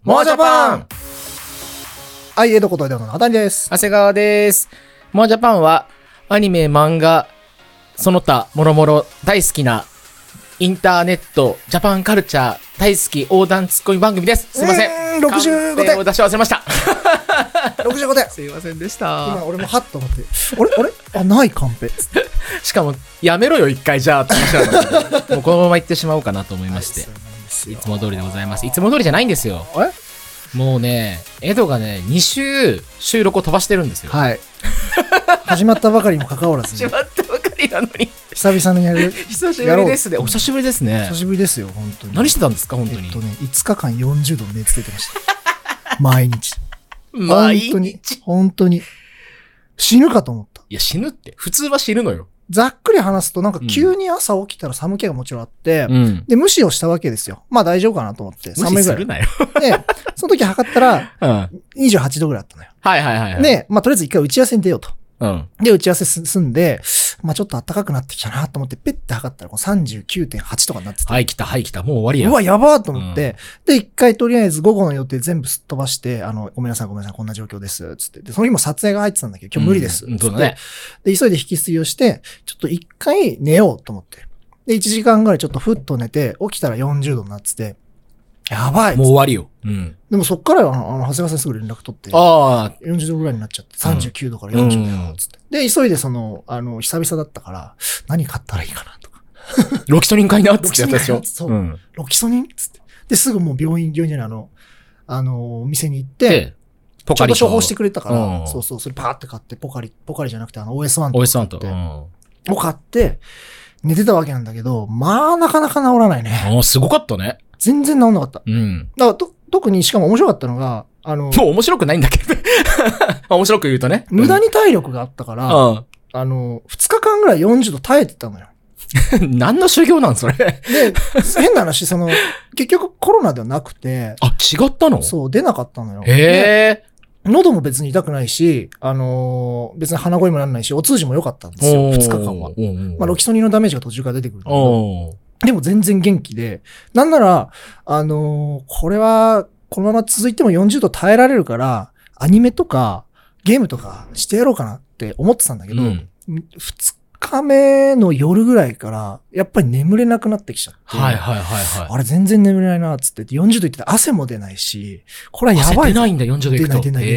モアジャパン。 はい、江戸こと江戸の畑です。 長谷川です。モアジャパンはアニメ、漫画、その他もろもろ大好きなインターネット、ジャパンカルチャー大好き横断ツッコミ番組です。すいません。 65点。 カンペを出し忘れました。 65点。 すいませんでした。 今俺もハッと思って、あれないカンペ。 しかもやめろよ一回じゃあって話なんだけど、もうこのまま行ってしまおうかなと思いまして。いつも通りでございます。いつも通りじゃないんですよ。もうね、エドがね、2週収録を飛ばしてるんですよ。 はい。始まったばかりにもかかわらず、 始まったばかりなのに。 久々にやる。 久しぶりですね。お久しぶりですね。 久しぶりですよ、本当に。 何してたんですか、本当に。 5日間40度の熱出てました。毎日。本当に。死ぬかと思った。 いや、死ぬって。普通は死ぬのよ。 ざっくり話すと、なんか急に朝起きたら寒気がもちろんあって、で、無視をしたわけですよ。まあ大丈夫かなと思って。 寒いぐらい。無視するなよ。 で、その時測ったら、28度ぐらいあったのよ。 はい。 で、まあとりあえず一回打ち合わせに出ようと。で、打ち合わせ済んで、まあちょっと暖かくなってきたなと思って、ペッて測ったらこう 39.8 とかになってて。 はい、来た。もう終わりや。 うわ、やばーと思って、で、一回とりあえず午後の予定全部すっ飛ばして、ごめんなさい、こんな状況です、つって。で、その日も撮影が入ってたんだけど、今日無理です。 そうだね。 で、急いで引き継ぎをして、ちょっと一回寝ようと思って。で、1時間ぐらいちょっとふっと寝て、起きたら40度になってて、やばい。 もう終わりよ。 でもそっから長谷川さんすぐ連絡取って、40度ぐらいになっちゃって、39度から40度つって。で、急いで久々だったから、何買ったらいいかなとか。 ロキソニン買いなってやったでしょ。 そう。ロキソニンつって。で、すぐもう病院じゃない、お店に行って、ポカリ処方してくれたから、そう、それパーって買って、ポカリじゃなくてOS1 と。を買って、寝てたわけなんだけど、まあ、なかなか治らないね。 すごかったね。 全然治んなかった。だから特にしかも面白かったのが、 もう面白くないんだけど。面白く言うとね。 無駄に体力があったから、2日間ぐらい40度耐えてたのよ。 何の修行なんそれ。で、 変な話、結局コロナではなくて。 あ、違ったの？ そう、出なかったのよ。 へー。 喉も別に痛くないし、別に鼻声もなんないし、お通じも良かったんですよ、2日間は。まあ、ロキソニンのダメージが途中から出てくるんだけど。でも全然元気で、なんなら、これは、このまま続いても40度耐えられるから、アニメとか、ゲームとかしてやろうかなって思ってたんだけど、2日目の夜ぐらいから、やっぱり眠れなくなってきちゃって。あれ全然眠れないな、つって。40度いって汗も出ないし、これはやばい。 汗出ないんだ、40度いくと。 出ない。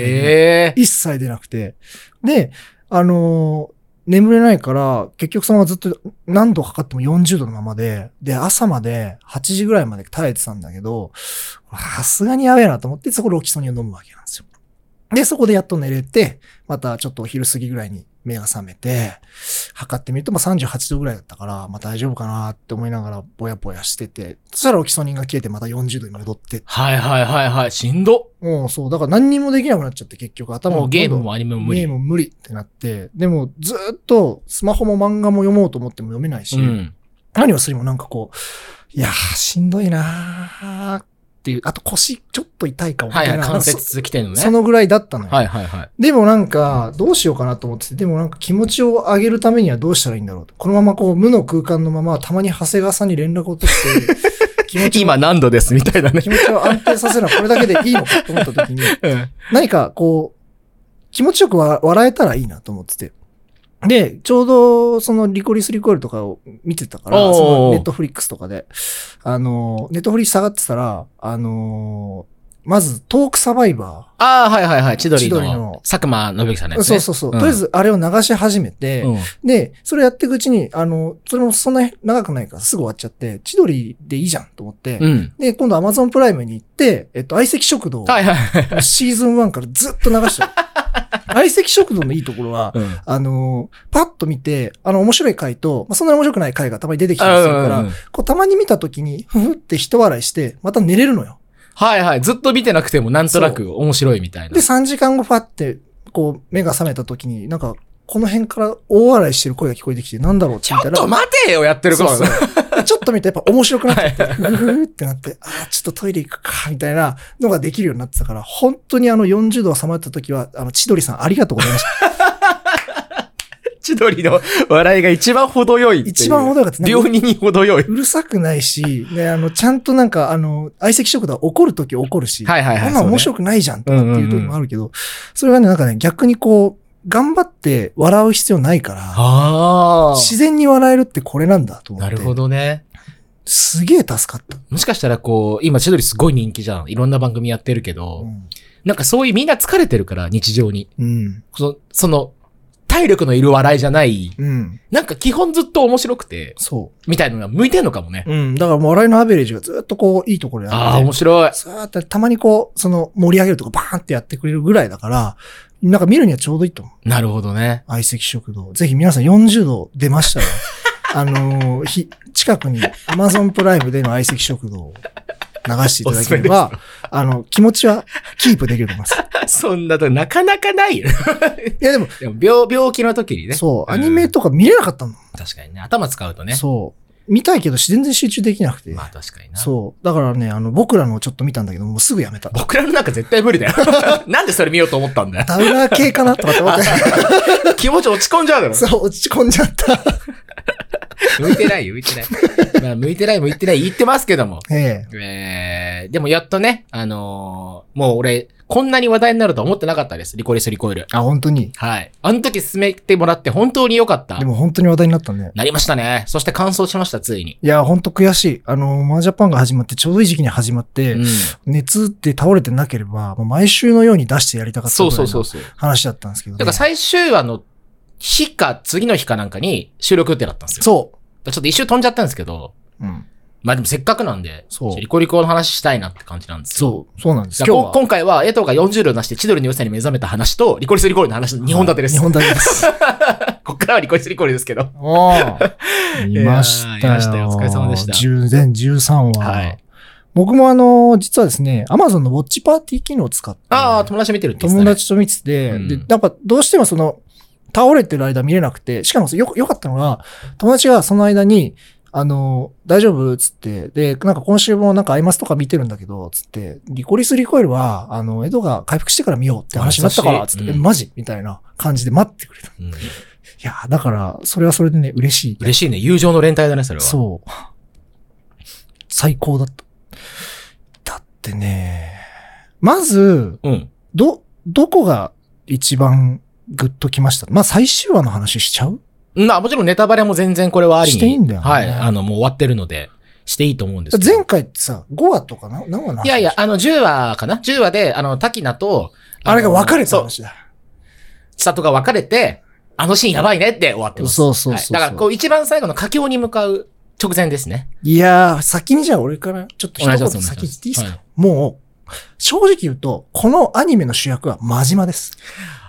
一切出なくて。で、眠れないから、結局そのままずっと何度かかっても40度のままで、で、朝まで8時ぐらいまで耐えてたんだけど、さすがにやべえなと思って、そこロキソニンを飲むわけなんですよ。で、そこでやっと寝れて、またちょっと昼過ぎぐらいに目が覚めて、測ってみると、38度ぐらいだったから、大丈夫かなって思いながらぼやぼやしてて、そしたらロキソニンが消えてまた40度に戻って。 しんど。 もうそう、だから何にもできなくなっちゃって、結局頭もうゲームもアニメも無理。 ゲームも無理ってなって、でもずっとスマホも漫画も読もうと思っても読めないし、何をするにもなんかこう、いやー、しんどいなーっていう、あと腰ちょっと痛いかもみたいな。 関節きてんのね。 そのぐらいだったのよ。 でもなんか、どうしようかなと思ってて、でもなんか気持ちを上げるためにはどうしたらいいんだろうと。このままこう、無の空間のまま、たまに長谷川さんに連絡を取って、 今何度ですみたいなね。 気持ちを安定させるのはこれだけでいいのかと思った時に、何かこう、気持ちよく笑えたらいいなと思ってて。で、ちょうどそのリコリスリコイルとかを見てたから、そのネットフリックスとかで、ネットフリ下がってたら、まずトークサバイバー。千鳥の佐久間信之さんのやつね。 そう。とりあえずあれを流し始めて、で、それやっていくうちに、それもそんなに長くないからすぐ終わっちゃって、千鳥でいいじゃんと思って、で、今度 Amazon プライムに行って、相席食堂をシーズン1からずっと流してる。相席食堂のいいところは、パッと見て、面白い回と、そんなに面白くない回がたまに出てきたりするから、こうたまに見たときに、ふふって一笑いして、また寝れるのよ。 ずっと見てなくてもなんとなく面白いみたいな。 で、3時間後パッて、こう、目が覚めたときに、なんか、この辺から大笑いしてる声が聞こえてきて、なんだろうって見たら。 ちょっと待てよ、やってるから。 ちょっと見てやっぱ面白くなっちゃって、ふふってなって、ちょっとトイレ行くか、みたいなのができるようになってたから、本当に40度を収まった時は、千鳥さんありがとうございました。 千鳥の笑いが一番程よいっていう。 一番程よかった。 病人に程よい。 うるさくないし、で、ちゃんとなんか、相席食堂は怒るとき怒るし、 はいはいはい。 あんな面白くないじゃんとかっていう時もあるけど、それがね、なんかね、逆にこう、頑張って笑う必要ないから、自然に笑えるってこれなんだと思って。 なるほどね。 すげえ助かった。 もしかしたらこう、今千鳥すごい人気じゃん。いろんな番組やってるけど、なんかそういうみんな疲れてるから、日常に。その、体力のいる笑いじゃない、なんか基本ずっと面白くて、みたいなのが向いてんのかもね。 だからもう笑いのアベレージがずっとこう、いいところであって。面白い。 そうやってたまにこう、盛り上げるとかバーンってやってくれるぐらいだから、なんか見るにはちょうどいいと思う。 なるほどね。 相席食堂。ぜひ皆さん40度出ましたら、近くに Amazon プライムでの相席食堂を流していただければ、気持ちはキープできると思います。 そんなとなかなかないよ。 いやでも病気の時にね。 そう、アニメとか見れなかったの。 確かにね。頭使うとね。 そう。見たいけど全然集中できなくて。 まあ確かにな。 そう。だからね、僕らのちょっと見たんだけど、もうすぐやめた。 僕らのなんか絶対無理だよ。なんでそれ見ようと思ったんだよ。 ダウナー系かなとかって思って。 気持ち落ち込んじゃうだろ。 そう、落ち込んじゃった。 向いてないよ、向いてない。まあ、向いてない言ってますけども。でもやっとね、もう俺、こんなに話題になると思ってなかったです。リコリスリコイル。 あ、本当に？ はい。あの時進めてもらって本当に良かった。 でも本当に話題になったね。 なりましたね。そして完走しました、ついに。 いや、本当悔しい。マージャパンが始まってちょうどいい時期に始まって、熱って倒れてなければ、もう毎週のように出してやりたかったぐらいの話だったんですけどね。 だから最終話の日か次の日かなんかに収録予定だったんですよ。そう。ちょっと一周飛んじゃったんですけど、まあでもせっかくなんで、リコリコの話したいなって感じなんですよ。 そうなんです。 今回は江藤が40度出して千鳥の良さに目覚めた話と、リコリスリコイルの話の2本立てです。 2本立てです。 こっからはリコリスリコイルですけど。 見ましたよ。 お疲れ様でした。 全13話。はい。僕も実はですね、Amazon のウォッチパーティー機能を使って。 友達見てるって言ってたね。 友達と見てて、で、やっぱどうしても倒れてる間見れなくて、しかもよかったのが、友達がその間に、大丈夫つって、で、なんか今週もなんかアイマスとか見てるんだけど、つって、リコリスリコイルは、江戸が回復してから見ようって話になったから、つって、マジみたいな感じで待ってくれた。いや、だから、それはそれでね、嬉しい。 嬉しいね。友情の連帯だね、それは。 そう。最高だった。だってね、まず、どこが一番グッときました？まあ、最終話の話しちゃう？ もちろんネタバレも全然これはありに。 していいんだよね。 はい。もう終わってるので、していいと思うんですけど。前回ってさ、5話とか何話なの？ いや、10話かな ?10 話で、滝名と、 あれが別れた話だ。 千里が別れて、あのシーンやばいねって終わってます。 そう。 だから、一番最後の佳境に向かう直前ですね。 いやー、先にじゃあ俺からちょっと一言先言っていいですか？もう、正直言うと、このアニメの主役は真島です。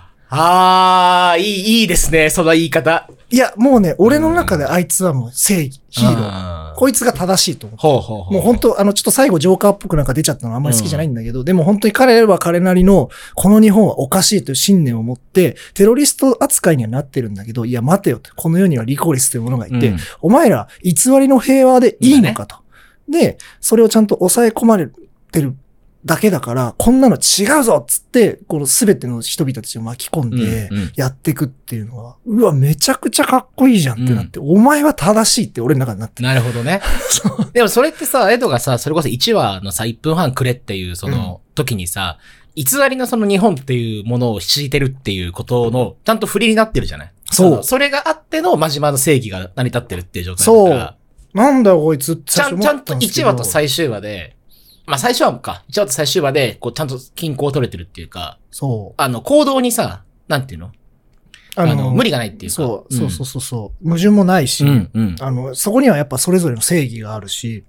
いいですね、その言い方。 いや、もうね、俺の中であいつはもう正義、ヒーロー。こいつが正しいと思って。もう本当ちょっと最後ジョーカーっぽくなんか出ちゃったのあんまり好きじゃないんだけど、でも本当に彼は彼なりの、この日本はおかしいという信念を持って、テロリスト扱いにはなってるんだけど、いや待てよって、この世にはリコリスというものがいて、お前ら偽りの平和でいいのかと。で、それをちゃんと抑え込まれてるだけだから、こんなの違うぞっつって、この全ての人々たちを巻き込んで、やっていくっていうのは、うわ、めちゃくちゃかっこいいじゃんってなって、お前は正しいって俺の中になって。 なるほどね。でもそれってさ、エドがさ、それこそ1話のさ、1分半くれっていうその時にさ、偽りのその日本っていうものを敷いてるっていうことの、ちゃんと振りになってるじゃない？そう。それがあっての真島の正義が成り立ってるっていう状態だから。 そう。なんだよこいつってちゃんと1話と最終話で、まあ最初はか。1話と最終話で、こう、ちゃんと均衡を取れてるっていうか。 そう。 行動にさ、なんていうの？無理がないっていうか。 そう。矛盾もないし、そこにはやっぱそれぞれの正義があるし、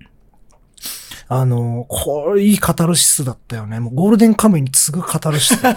これいいカタルシスだったよね。もうゴールデンカムイに次ぐカタルシス。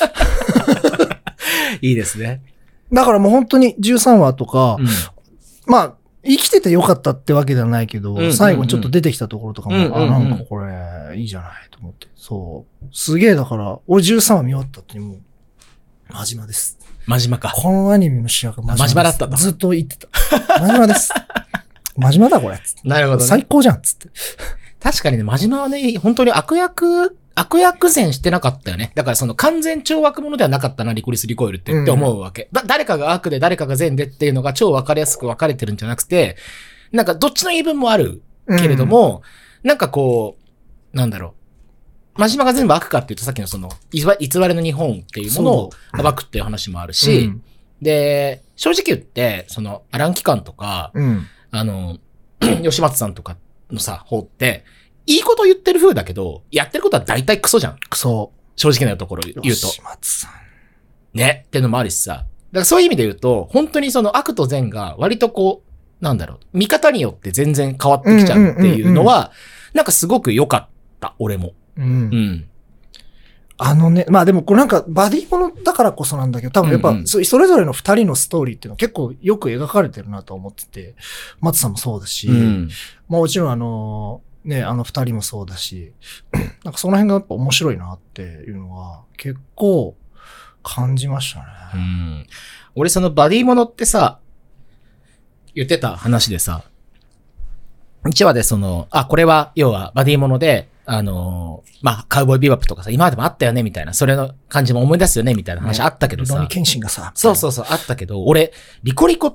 いいですね。 だからもう本当に13話とか、まあ、生きててよかったってわけではないけど、最後にちょっと出てきたところとかも、なんかこれ、いいじゃないと思って。そう。すげえだから、俺13話見終わったってもう、真島です。 真島か。 このアニメの主役は真島だったんだ。 ずっと言ってた。真島です。真島だこれ。 なるほど、ね。 最高じゃん、つって。 確かにね、真島はね、本当に悪役悪役前してなかったよね。だからその完全超悪者ではなかったな、リコリス・リコイルって思うわけ。誰かが悪で誰かが善でっていうのが超分かりやすく分かれてるんじゃなくて、なんかどっちの言い分もあるけれども、なんかこう、なんだろう。真島が全部悪かっていうとさっきのその、偽りの日本っていうものを暴くっていう話もあるし、で、正直言って、その、アラン機関とか、吉松さんとかのさ、方って、いいこと言ってる風だけど、やってることは大体クソじゃん。 クソ。 正直なところ言うと。 吉松さん。 ね。っていうのもあるしさ。だからそういう意味で言うと、本当にその悪と善が割とこう、なんだろう、見方によって全然変わってきちゃうっていうのは、なんかすごく良かった、俺も。 まあでもこれなんかバディものだからこそなんだけど、多分やっぱそれぞれの二人のストーリーっていうのは結構よく描かれてるなと思ってて、松さんもそうだし、まあもちろん二人もそうだし、なんかその辺がやっぱ面白いなっていうのは結構感じましたね。 俺そのバディものってさ、言ってた話でさ、1話でその、これは要はバディもので、まあ、カウボーイビバップとかさ、今までもあったよねみたいな、それの感じも思い出すよねみたいな話あったけどさ。 ロニケンシンがさ。 そう、あったけど、俺、リコリコって、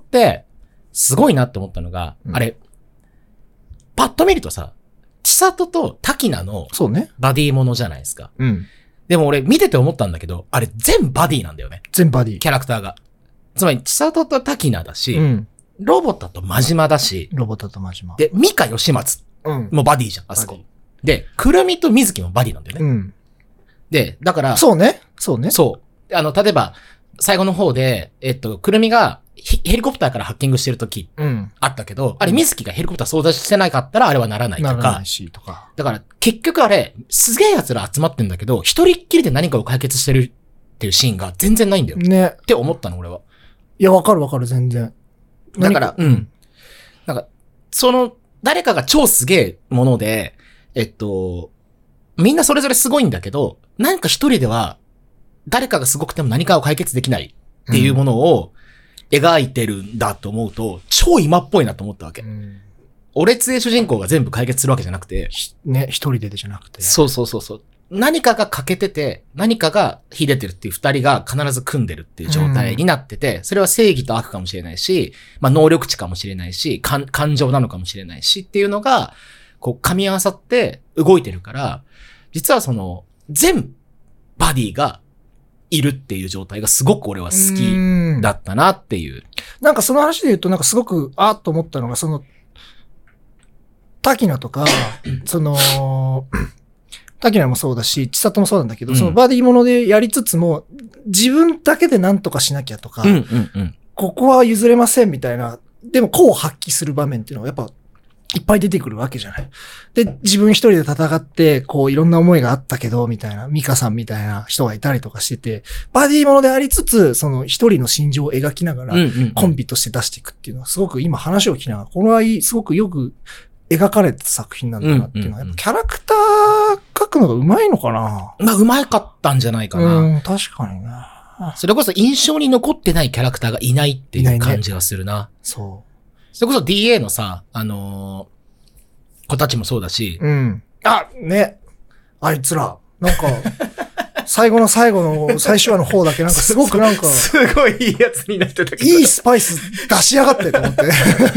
すごいなって思ったのが、あれ、パッと見るとさ、千里と滝名の、 そうね。 バディものじゃないですか。でも俺、見てて思ったんだけど、あれ、全バディなんだよね。 全バディ。 キャラクターが。つまり、千里と滝名だし、ロボタと真島だし。 ロボタと真島。 で、ミカ吉松もバディじゃん、あそこ。で、くるみと水木もバディなんだよね。で、だから。 そうね。 そう。例えば、最後の方で、くるみがヘリコプターからハッキングしてるとき、あったけど、あれ水木がヘリコプター操作してなかったらあれはならないとか。 ならないし、とか。 だから、結局あれ、すげえ奴ら集まってんだけど、一人っきりで何かを解決してるっていうシーンが全然ないんだよ。 ね。 って思ったの、俺は。 いや、わかる、全然。 だから、なんか、その、誰かが超すげえもので、みんなそれぞれすごいんだけど、なんか一人では、誰かがすごくても何かを解決できないっていうものを描いてるんだと思うと、超今っぽいなと思ったわけ。俺つえ主人公が全部解決するわけじゃなくて。 ね、一人でじゃなくて。 そう。何かが欠けてて、何かが秀でてるっていう二人が必ず組んでるっていう状態になってて、それは正義と悪かもしれないし、まあ能力値かもしれないし、感情なのかもしれないしっていうのが、こう噛み合わさって動いてるから、実はその、全バディがいるっていう状態がすごく俺は好きだったなっていう。 なんかその話で言うとなんかすごく、と思ったのが、その、滝名とか、その、滝名もそうだし、千里もそうなんだけど、そのバディものでやりつつも、自分だけで何とかしなきゃとか、ここは譲れませんみたいな、でもこう発揮する場面っていうのはやっぱいっぱい出てくるわけじゃない。で、自分一人で戦って、こういろんな思いがあったけど、みたいな、ミカさんみたいな人がいたりとかしてて、バディものでありつつ、その一人の心情を描きながら、コンビとして出していくっていうのは、すごく今話を聞きながら、この愛、すごくよく描かれた作品なんだなっていうのは、やっぱキャラクター描くのが上手いのかな。 まあ、上手かったんじゃないかな。 確かにな。 それこそ印象に残ってないキャラクターがいないっていう感じがするな。 そう。 それこそ DA のさ、子たちもそうだし。 ね。あいつら、なんか、最後の最終話の方だけなんかすごくなんか、 すごいいいやつになってたけど。 いいスパイス出しやがってと思って。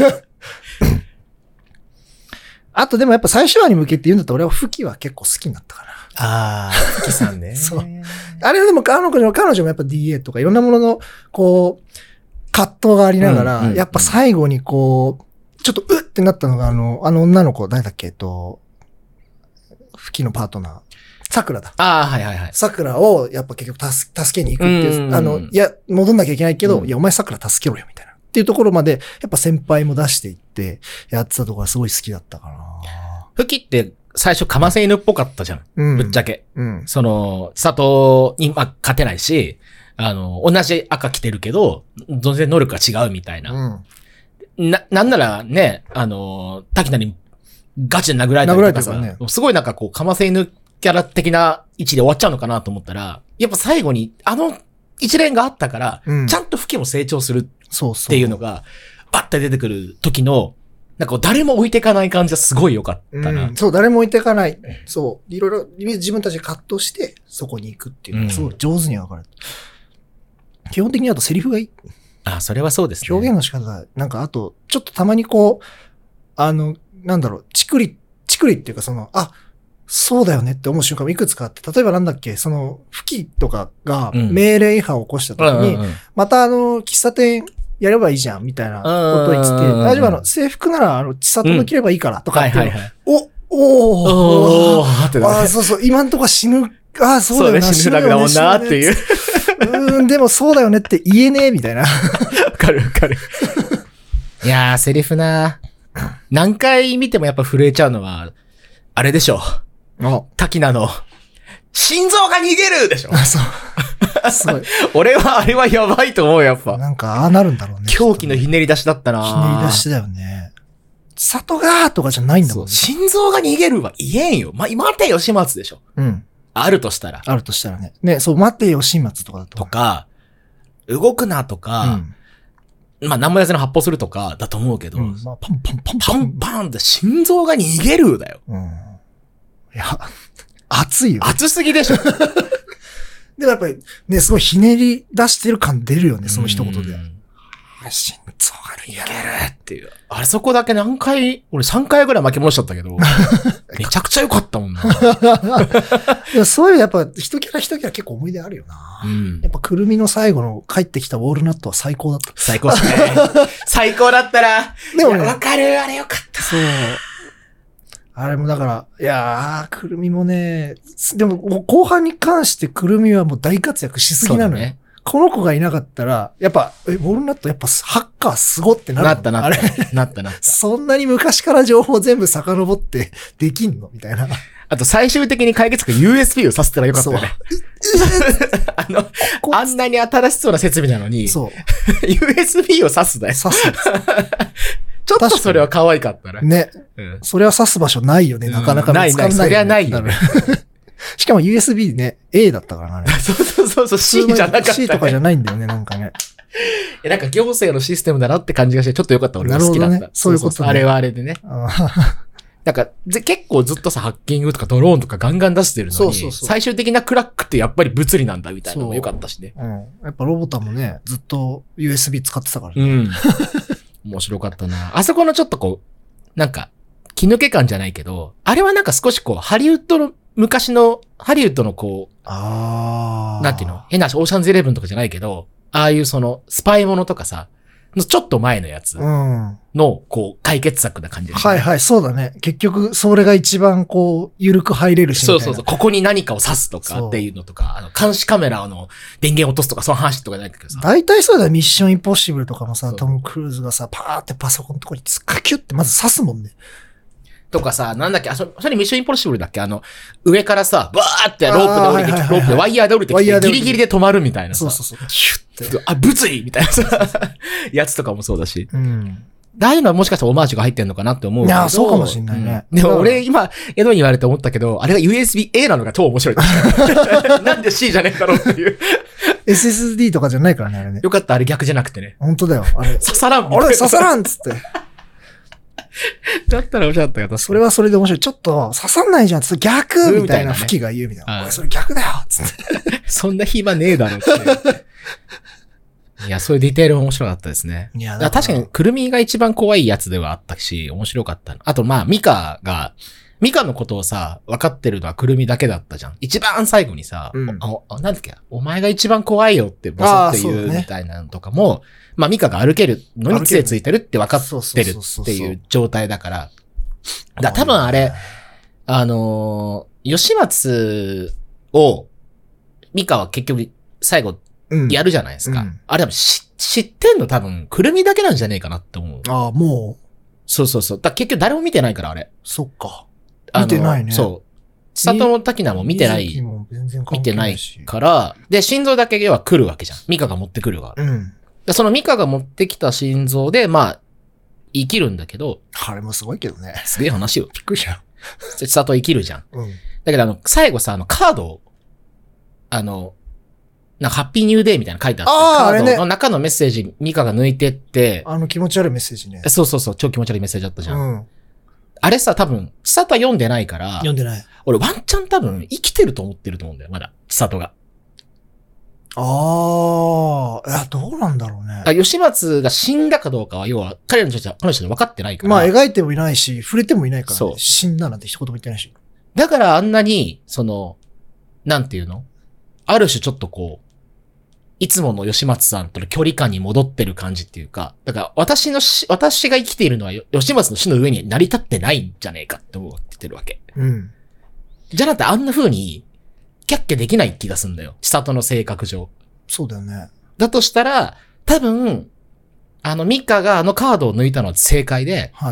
あとでもやっぱ最終話に向けて言うんだったら俺はフキは結構好きになったかな。 フキさんね。 そう。あれでも彼女もやっぱ DA とかいろんなものの、こう、葛藤がありながら、やっぱ最後にこう、ちょっとってなったのがあの女の子、誰だっけフキのパートナー。桜だ。桜をやっぱ結局助けに行くっていう、いや、戻んなきゃいけないけど、いや、お前桜助けろよ、みたいな。っていうところまで、やっぱ先輩も出していって、やってたところがすごい好きだったかな。 フキって最初かませ犬っぽかったじゃん。ぶっちゃけ。その、佐藤に勝てないし、同じ赤着てるけど、全然能力が違うみたいな。なんならね、滝名にガチで殴られたりとかさ、すごいなんかこう、かませ犬キャラ的な位置で終わっちゃうのかなと思ったら、やっぱ最後に、一連があったから、ちゃんとフキも成長するっていうのが、バッて出てくる時の、 なんか誰も置いていかない感じはすごい良かったな。 そう、誰も置いていかない。そう。いろいろ自分たちで葛藤して、そこに行くっていうのがすごい上手に分かる。基本的にあとセリフがいい。 あ、それはそうですね。 表現の仕方、なんかあと、ちょっとたまにこう、なんだろう、チクリっていうかそうだよねって思う瞬間もいくつかあって、例えばなんだっけ、付近とかが命令違反を起こした時に、また喫茶店やればいいじゃん、みたいなことを言ってて、大丈夫制服なら千里の着ればいいからとかって、おーそうそう、今んとこ死ぬ、そうだよな、 死ぬだけだもんなっていう。 でもそうだよねって言えねえ、みたいな。わかる。いやー、セリフな。何回見てもやっぱ震えちゃうのは、あれでしょ。滝名の、心臓が逃げるでしょ。 そう。すごい。 俺はあれはやばいと思う、やっぱ。 なんか、なるんだろうね。 狂気のひねり出しだったな。 ひねり出しだよね。里がとかじゃないんだもんね。 心臓が逃げるは言えんよ。待てよ、始末でしょ。あるとしたらね。ね、そう、待てよ、始末とかだと。 とか、動くなとか、何もやせの発砲するとかだと思うけど、パンパンって心臓が逃げるだよ。 いや、熱いよ。 熱すぎでしょ。 でもやっぱりね、すごいひねり出してる感出るよね、その一言で。心臓が逃げるっていう。あそこだけ俺3回ぐらい負け戻しちゃったけど、めちゃくちゃ良かったもんな。 いやそういうやっぱ一キャラ結構思い出あるよな。やっぱくるみの最後の帰ってきたウォールナットは最高だった。 最高ですね。最高だったら。でもね、わかる、あれよかった。 そう。あれもだから、くるみもね、でも後半に関してくるみはもう大活躍しすぎなのよ。この子がいなかったら、やっぱ、ウォールナットやっぱハッカーすごってなる。 なった。 そんなに昔から情報全部遡ってできんのみたいな。 あと最終的に解決が USB をさせたらよかったよね。あんなに新しそうな設備なのに、USB を挿すだよ。ちょっとそれは可愛かったな。 ね。それは挿す場所ないよね。なかなか見つかんない。 そりゃないよね。 しかも USB ね、A だったからな、ね。 そう、C じゃなかった、ね。 C とかじゃないんだよね、なんかね。 なんか行政のシステムだなって感じがして、ちょっとよかった。俺は好きだった。ね、 そういうことね。 あれはあれでね。なんか、結構ずっとハッキングとかドローンとかガンガン出してるのに、最終的なクラックってやっぱり物理なんだみたいなのもよかったしね。 やっぱロボタンもね、ずっと USB 使ってたからね。 面白かったな。あそこのちょっとなんか、気抜け感じゃないけど、あれはなんか少し昔のハリウッドのなんていうの変な話、オーシャンズ11とかじゃないけど、ああいうスパイものとかさ、ちょっと前のやつの、解決策な感じでしたね。 はい、そうだね。結局、それが一番ゆるく入れるしみたいな。 そう、ここに何かを刺すとかっていうのとか、監視カメラの電源落とすとか、その話とかじゃないけどさ。 大体そうだよ、ミッションインポッシブルとかもさ、トム・クルーズがさ、パーってパソコンのとこにキュッてまず刺すもんね。 とかさ、なんだっけ、それミッションインポッシブルだっけ上からさ、バーってロープで降りてきて、ロープでワイヤーで降りてきて、ギリギリで止まるみたいなさ。 そう。ヒュッて。物理みたいなさ、やつとかもそうだし。ああいうのはもしかしたらオマージュが入ってんのかなって思うけど。 いや、そうかもしんないね。 でも俺今、エドに言われて思ったけど、あれが USB-A なのが超面白い。なんで C じゃねえだろうっていう。 SSD とかじゃないからね、あれね。 よかった、あれ逆じゃなくてね。 本当だよ、あれ。 刺さらん。 あれ刺さらんっつって。 だったら面白かったけど。 それはそれで面白い。ちょっと刺さんないじゃん。逆みたいな吹きが言うみたいな。それ逆だよつって。 そんな暇ねえだろって。いや、そういうディテールも面白かったですね。いや、確かに、くるみが一番怖いやつではあったし、面白かった。あと、ミカのことをさ、分かってるのはくるみだけだったじゃん。一番最後にさ、なんだっけ、お前が一番怖いよってボソって言うみたいなのとかも、ミカが歩けるのに杖ついてるって分かってるっていう状態だから。多分あれ、吉松を、ミカは結局最後、やるじゃないですか。あれ多分知ってんの多分、くるみだけなんじゃねえかなって思う。 ああ、もう。 そう。結局誰も見てないから、あれ。 そっか。見てないね。 そう。千里の滝名も見てない。見てないから、で、心臓だけは来るわけじゃん。ミカが持ってくるわ。でそのミカが持ってきた心臓で、生きるんだけど。 あれもすごいけどね。 すげえ話よ。 びっくりした。 千里生きるじゃん。だけど最後さ、カードを、 なんかハッピーニューデイみたいなの書いてあって、カードの中のメッセージ、ミカが抜いてって、 気持ち悪いメッセージね。 そうそうそう、超気持ち悪いメッセージだったじゃん。あれさ、多分、千里は読んでないから、 読んでない。 俺ワンチャン多分、生きてると思ってると思うんだよ、まだ、千里が。 いや、どうなんだろうね。 吉松が死んだかどうかは、要は、彼の人は分かってないから。 まあ、描いてもいないし、触れてもいないから、ね、そう。死んだなんて一言も言ってないし。 だからあんなに、なんていうの？ある種ちょっとこう、いつもの吉松さんとの距離感に戻ってる感じっていうか、だから私が生きているのは吉松の死の上に成り立ってないんじゃねえかって思ってるわけ。 うん。 じゃなくてあんな風に、キャッキャできない気がするんだよ。千里の性格上。 そうだよね。 だとしたら、多分、ミカがカードを抜いたのは正解で、 はい。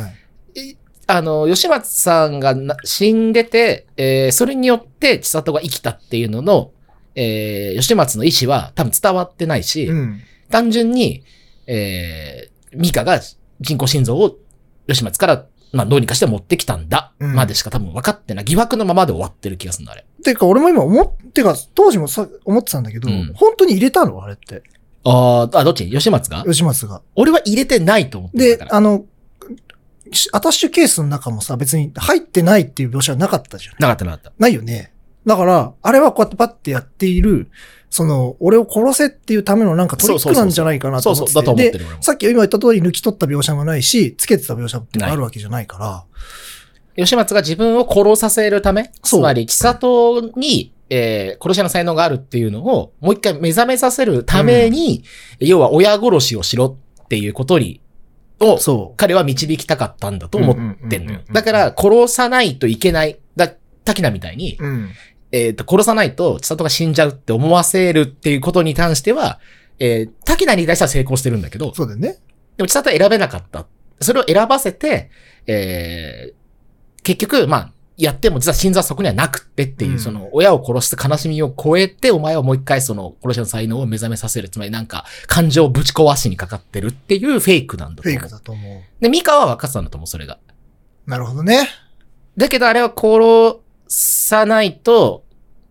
吉松さんが死んでて、それによって千里が生きたっていうのの、吉松の意思は多分伝わってないし、単純に、ミカが人工心臓を吉松から、まあ、どうにかして持ってきたんだ、までしか多分分かってない。疑惑のままで終わってる気がするんだ、あれ。 てか、俺も今当時も思ってたんだけど、本当に入れたのあれって。 どっち吉松が吉松が。 俺は入れてないと思ってたから。 で、アタッシュケースの中もさ、別に入ってないっていう描写はなかったじゃん。 なかった。 ないよね。だから、あれはこうやってパッてやっている、俺を殺せっていうためのなんかトリックなんじゃないかなと思って。 そうだと思ってる。 で、さっき今言った通り抜き取った描写もないし、つけてた描写ってあるわけじゃないから。 吉松が自分を殺させるため、つまり、千里に、殺し屋の才能があるっていうのを、もう一回目覚めさせるために、要は親殺しをしろっていうこと彼は導きたかったんだと思ってんのよ。だから、殺さないといけない。滝名みたいに、殺さないと千里が死んじゃうって思わせるっていうことに関しては、滝名に対しては成功してるんだけど、 そうだよね。 でも千里は選べなかった。それを選ばせて、結局、まあ、やっても実は心臓はそこにはなくってっていう、親を殺す悲しみを超えて、お前はもう一回殺し屋の才能を目覚めさせる。つまりなんか、感情をぶち壊しにかかってるっていうフェイクなんだと思う。 フェイクだと思う。 で、ミカは分かってたんだと思う、それが。 なるほどね。 だけどあれは殺さないと、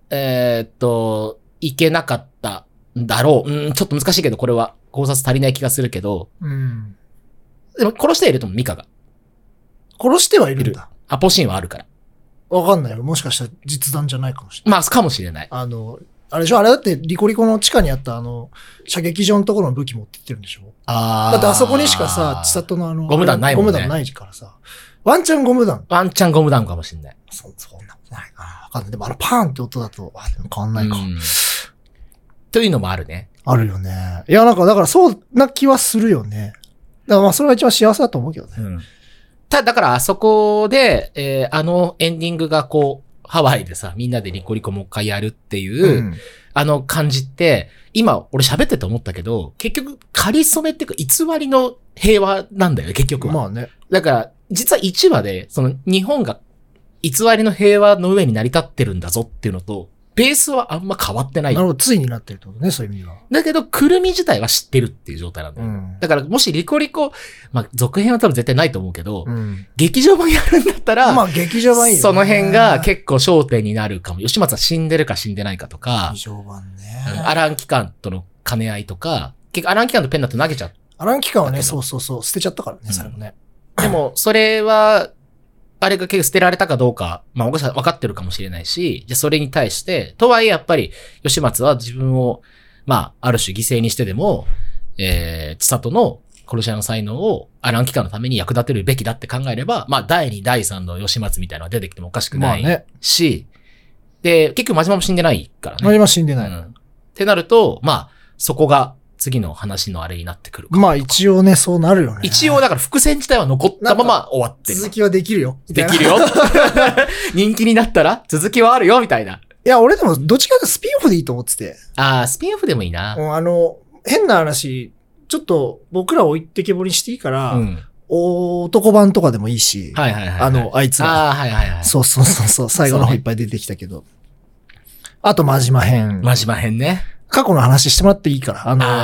いけなかったんだろう。ちょっと難しいけど、これは考察足りない気がするけど。でも殺してはいると思う、ミカが。 殺してはいるんだ。 アポシーンはあるから。 わかんないよ。もしかしたら実弾じゃないかもしれない。 まあ、かもしれない。 あれでしょあれだってリコリコの地下にあった射撃場のところの武器持ってってるんでしょだってあそこにしかさ、千里のゴム弾ないもんね。 ゴム弾ないからさ。ワンチャンゴム弾かもしれない。 そんなことないかな。わかんない。でもパーンって音だと、でも変わんないか。 というのもあるね。 あるよね。いや、だからそうな気はするよね。だからまあそれが一番幸せだと思うけどね。 だからあそこで、エンディングがこう、ハワイでさ、みんなでリコリコもう一回やるっていう、感じって、今、俺喋ってて思ったけど、結局、仮初めっていうか、偽りの平和なんだよね、結局は。 まあね。 だから、実は1話で、日本が偽りの平和の上に成り立ってるんだぞっていうのと、ベースはあんま変わってない。 なるほど、ついになってるってことね、そういう意味では。 だけど、くるみ自体は知ってるっていう状態なんだよ。だから、もしリコリコ、まあ、続編は多分絶対ないと思うけど、劇場版やるんだったら、 まあ、劇場版いいよね。 その辺が結構焦点になるかも。吉松は死んでるか死んでないかとか、 劇場版ね。 アラン機関との兼ね合いとか、結構アラン機関とペンダント投げちゃった。 アラン機関はね、そう、捨てちゃったからね、それもね。 でも、それは、あれが結構捨てられたかどうか、まあ、分かってるかもしれないし、じゃそれに対して、とはいえやっぱり、吉松は自分を、まあ、ある種犠牲にしてでも、千里の殺し屋の才能をアラン機関のために役立てるべきだって考えれば、まあ、第2、第3の吉松みたいなのが出てきてもおかしくないし、で、結局真島も死んでないからね。 真島死んでない。 ってなると、まあ、そこが、次の話のあれになってくるか。 まあ一応ね、そうなるよね。 一応だから伏線自体は残ったまま終わってる。 続きはできるよ。 できるよ。人気になったら続きはあるよ、みたいな。 いや、俺でもどっちかというとスピンオフでいいと思ってて。 スピンオフでもいいな。 変な話、ちょっと僕ら置いてけぼりにしていいから、男版とかでもいいし。あいつが。そう、最後の方いっぱい出てきたけど。あと、真島編。 真島編ね。 過去の話してもらっていいから。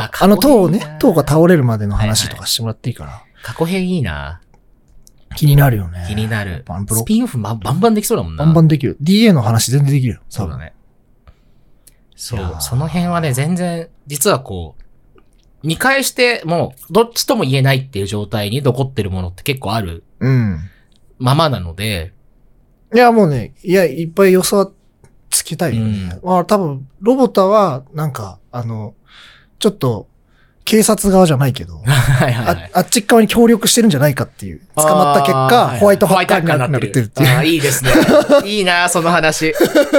塔が倒れるまでの話とかしてもらっていいから。 過去編いいな。 気になるよね。 気になる。スピンオフバンバンできそうだもんな。 バンバンできる。DA の話全然できるよ。 そうだね。 そう。その辺はね、全然、実は見返して、もう、どっちとも言えないっていう状態に残ってるものって結構ある。ままなので。 いや、もうね、いっぱい良さつけたいよね。多分、ロボタは、なんか、ちょっと、警察側じゃないけど、あっち側に協力してるんじゃないかっていう。捕まった結果、ホワイトハッカーになってるっていう。 いいですね。いいな、その話。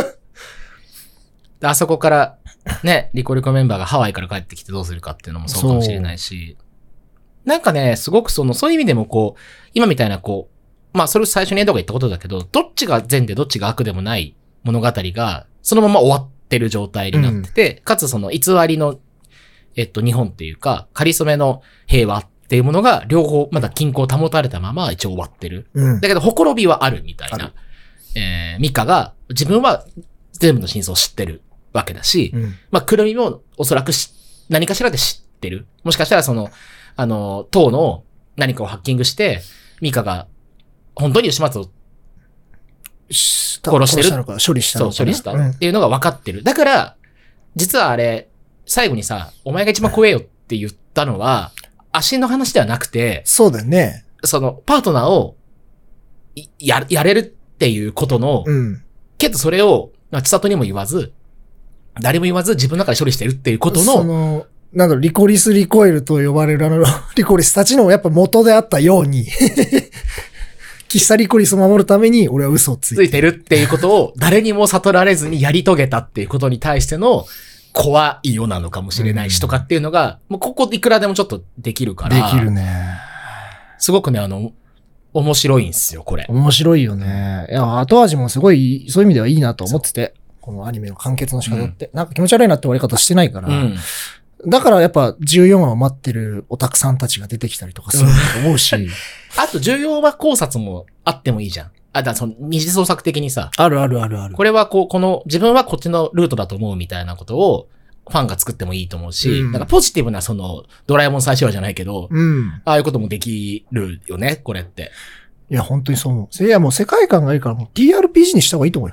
あそこから、ね、リコリコメンバーがハワイから帰ってきてどうするかっていうのもそうかもしれないし。なんかね、すごくそういう意味でも今みたいなまあそれ最初にエドが言ったことだけど、どっちが善でどっちが悪でもない物語が、そのまま終わってる状態になってて、かつその偽りの日本っていうか、仮初めの平和っていうものが両方まだ均衡保たれたまま一応終わってる。だけど、ほころびはあるみたいな。ミカが自分は全部の真相を知ってるわけだし、まあ、くるみもおそらく何かしらで知ってる。もしかしたら党の何かをハッキングして、ミカが本当に吉松を殺してる。 処理したのか。 そう、処理したっていうのが分かってる。だから、実はあれ、最後にさ、お前が一番怖えよって言ったのは、足の話ではなくて、 そうだよね。 パートナーを、やれるっていうことの、けどそれを、千里にも言わず、誰も言わず自分の中で処理してるっていうことの、 リコリス・リコイルと呼ばれるリコリスたちのやっぱ元であったように、喫茶リコリスを守るために俺は嘘をついてるっていうことを誰にも悟られずにやり遂げたっていうことに対しての、怖いよなのかもしれないしとかっていうのが、もうここいくらでもちょっとできるから。 できるね。 すごくね、面白いんですよ、これ。 面白いよね。いや、後味もすごい、そういう意味ではいいなと思ってて、このアニメの完結の仕方って。なんか気持ち悪いなって終わり方してないから。だからやっぱ14話を待ってるオタクさんたちが出てきたりとかすると思うし。 あと14話考察もあってもいいじゃん。二次創作的にさ。 ある。 これは自分はこっちのルートだと思うみたいなことを、ファンが作ってもいいと思うし、なんかポジティブなドラえもん最終話じゃないけど、ああいうこともできるよね、これって。 いや、本当にそう思う。いや、もう世界観がいいから、もう TRPG にした方がいいと思うよ。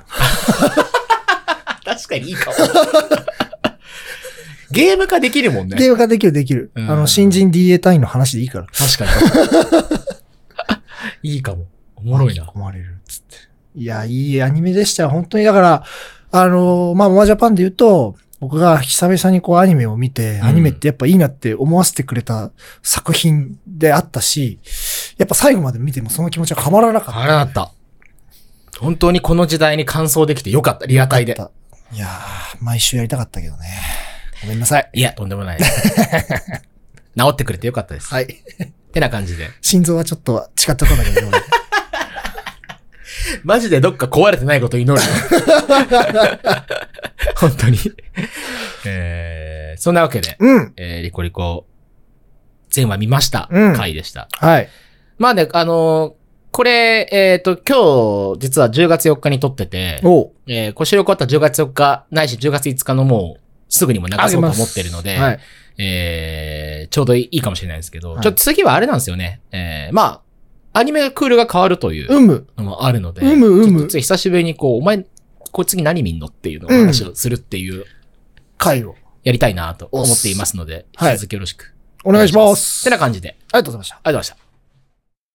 確かにいいかも。ゲーム化できるもんね。 ゲーム化できる。新人 DA 隊員の話でいいから。 確かに。いいかも。おもろいな。 込まれるっつって。いや、いいアニメでしたよ。本当に。だから、まあ、モアジャパンで言うと、僕が久々にアニメを見て、アニメってやっぱいいなって思わせてくれた作品であったし、やっぱ最後まで見てもその気持ちは変わらなかった。 変わらなかった。本当にこの時代に完走できてよかった。リアタイで。 いやー、毎週やりたかったけどね。ごめんなさい。 いや、とんでもない。治ってくれてよかったです。 はい。 ってな感じで。 心臓はちょっと違ったとこだけど、 マジでどっか壊れてないこと祈るよ。本当に。そんなわけで、リコリコ、全話見ました、回でした。 はい。 まあね、これ、今日、実は10月4日に撮ってて、これ収録終わった10月4日、ないし10月5日のもう、すぐにも流そうと思ってるので、はい、ちょうどいいかもしれないですけど、はい、次はあれなんですよね。まあ、アニメクールが変わるというのもあるので、ちょっと久しぶりにお前、これ次何見んのっていうのを話をするっていう回をやりたいなと思っていますので、引き続きよろしく。 お願いします。 ってな感じで。 ありがとうございました。 ありがとうございました。